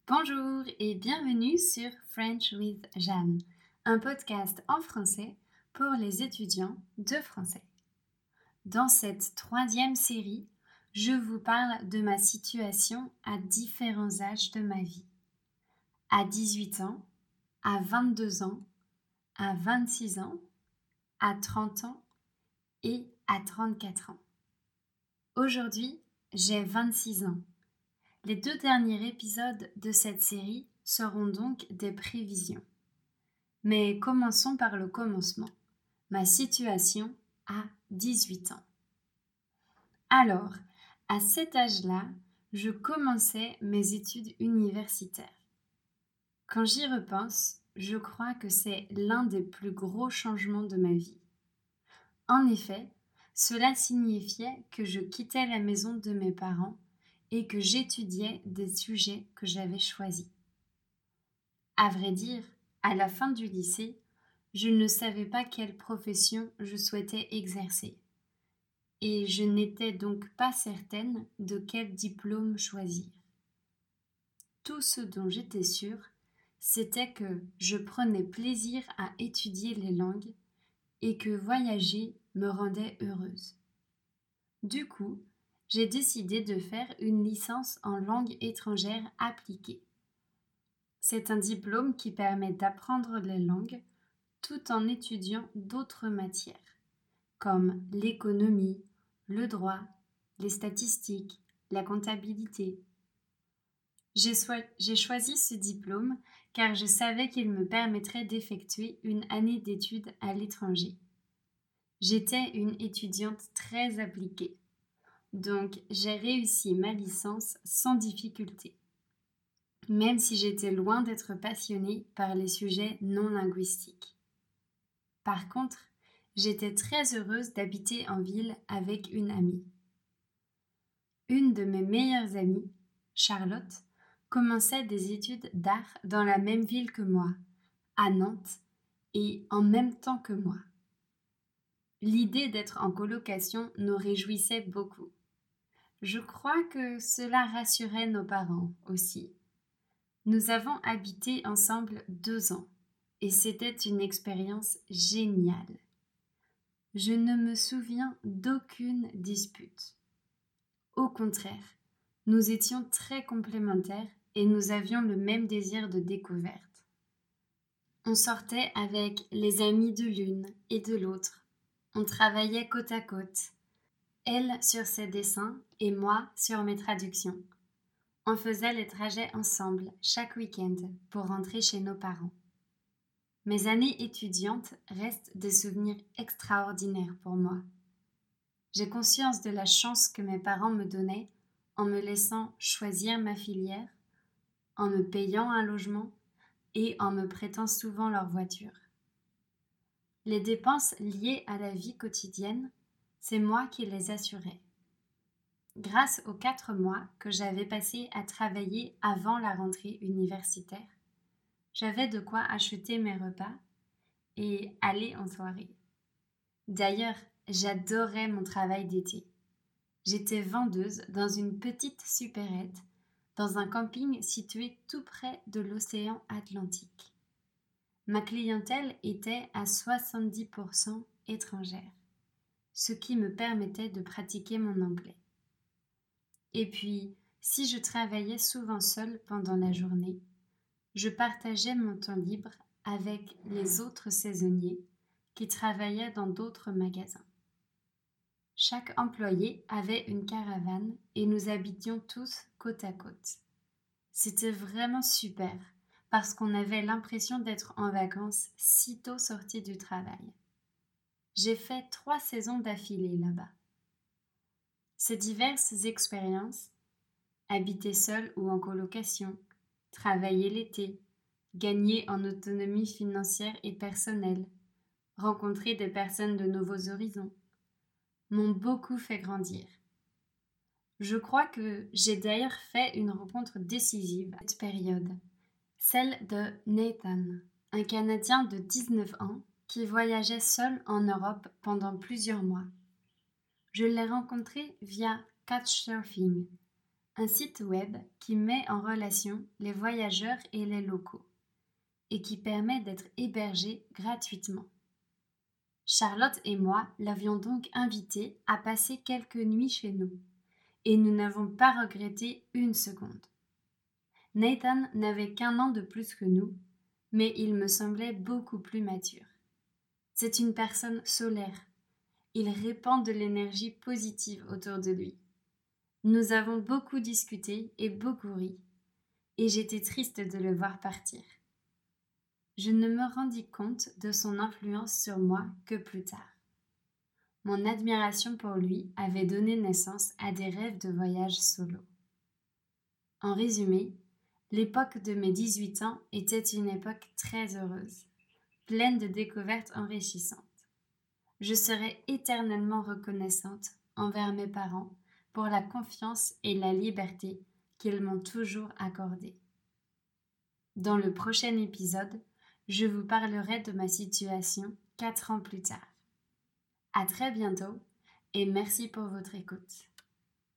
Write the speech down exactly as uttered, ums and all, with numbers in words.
Bonjour et bienvenue sur French with Jeanne, un podcast en français pour les étudiants de français. Dans cette troisième série, je vous parle de ma situation à différents âges de ma vie. À dix-huit ans, à vingt-deux ans, à vingt-six ans, à trente ans et à trente-quatre ans. Aujourd'hui, j'ai vingt-six ans. Les deux derniers épisodes de cette série seront donc des prévisions. Mais commençons par le commencement, ma situation à dix-huit ans. Alors, à cet âge-là, je commençais mes études universitaires. Quand j'y repense, je crois que c'est l'un des plus gros changements de ma vie. En effet, cela signifiait que je quittais la maison de mes parents et que j'étudiais des sujets que j'avais choisis. À vrai dire, à la fin du lycée, je ne savais pas quelle profession je souhaitais exercer, et je n'étais donc pas certaine de quel diplôme choisir. Tout ce dont j'étais sûre, c'était que je prenais plaisir à étudier les langues et que voyager me rendait heureuse. Du coup, j'ai décidé de faire une licence en langue étrangère appliquée. C'est un diplôme qui permet d'apprendre les langues tout en étudiant d'autres matières, comme l'économie, le droit, les statistiques, la comptabilité. J'ai, so- j'ai choisi ce diplôme car je savais qu'il me permettrait d'effectuer une année d'études à l'étranger. J'étais une étudiante très appliquée. Donc, j'ai réussi ma licence sans difficulté, même si j'étais loin d'être passionnée par les sujets non linguistiques. Par contre, j'étais très heureuse d'habiter en ville avec une amie. Une de mes meilleures amies, Charlotte, commençait des études d'art dans la même ville que moi, à Nantes, et en même temps que moi. L'idée d'être en colocation nous réjouissait beaucoup. Je crois que cela rassurait nos parents aussi. Nous avons habité ensemble deux ans et c'était une expérience géniale. Je ne me souviens d'aucune dispute. Au contraire, nous étions très complémentaires et nous avions le même désir de découverte. On sortait avec les amis de l'une et de l'autre. On travaillait côte à côte. Elle sur ses dessins et moi sur mes traductions. On faisait les trajets ensemble chaque week-end pour rentrer chez nos parents. Mes années étudiantes restent des souvenirs extraordinaires pour moi. J'ai conscience de la chance que mes parents me donnaient en me laissant choisir ma filière, en me payant un logement et en me prêtant souvent leur voiture. Les dépenses liées à la vie quotidienne, c'est moi qui les assurais. Grâce aux quatre mois que j'avais passés à travailler avant la rentrée universitaire, j'avais de quoi acheter mes repas et aller en soirée. D'ailleurs, j'adorais mon travail d'été. J'étais vendeuse dans une petite supérette, dans un camping situé tout près de l'océan Atlantique. Ma clientèle était à soixante-dix pour cent étrangère, ce qui me permettait de pratiquer mon anglais. Et puis, si je travaillais souvent seule pendant la journée, je partageais mon temps libre avec les autres saisonniers qui travaillaient dans d'autres magasins. Chaque employé avait une caravane et nous habitions tous côte à côte. C'était vraiment super parce qu'on avait l'impression d'être en vacances sitôt sortis du travail. J'ai fait trois saisons d'affilée là-bas. Ces diverses expériences, habiter seul ou en colocation, travailler l'été, gagner en autonomie financière et personnelle, rencontrer des personnes de nouveaux horizons, m'ont beaucoup fait grandir. Je crois que j'ai d'ailleurs fait une rencontre décisive à cette période, celle de Nathan, un Canadien de dix-neuf ans qui voyageait seul en Europe pendant plusieurs mois. Je l'ai rencontré via Couchsurfing, un site web qui met en relation les voyageurs et les locaux et qui permet d'être hébergé gratuitement. Charlotte et moi l'avions donc invité à passer quelques nuits chez nous et nous n'avons pas regretté une seconde. Nathan n'avait qu'un an de plus que nous, mais il me semblait beaucoup plus mature. C'est une personne solaire. Il répand de l'énergie positive autour de lui. Nous avons beaucoup discuté et beaucoup ri, et j'étais triste de le voir partir. Je ne me rendis compte de son influence sur moi que plus tard. Mon admiration pour lui avait donné naissance à des rêves de voyage solo. En résumé, l'époque de mes dix-huit ans était une époque très heureuse, pleine de découvertes enrichissantes. Je serai éternellement reconnaissante envers mes parents pour la confiance et la liberté qu'ils m'ont toujours accordée. Dans le prochain épisode, je vous parlerai de ma situation quatre ans plus tard. À très bientôt et merci pour votre écoute.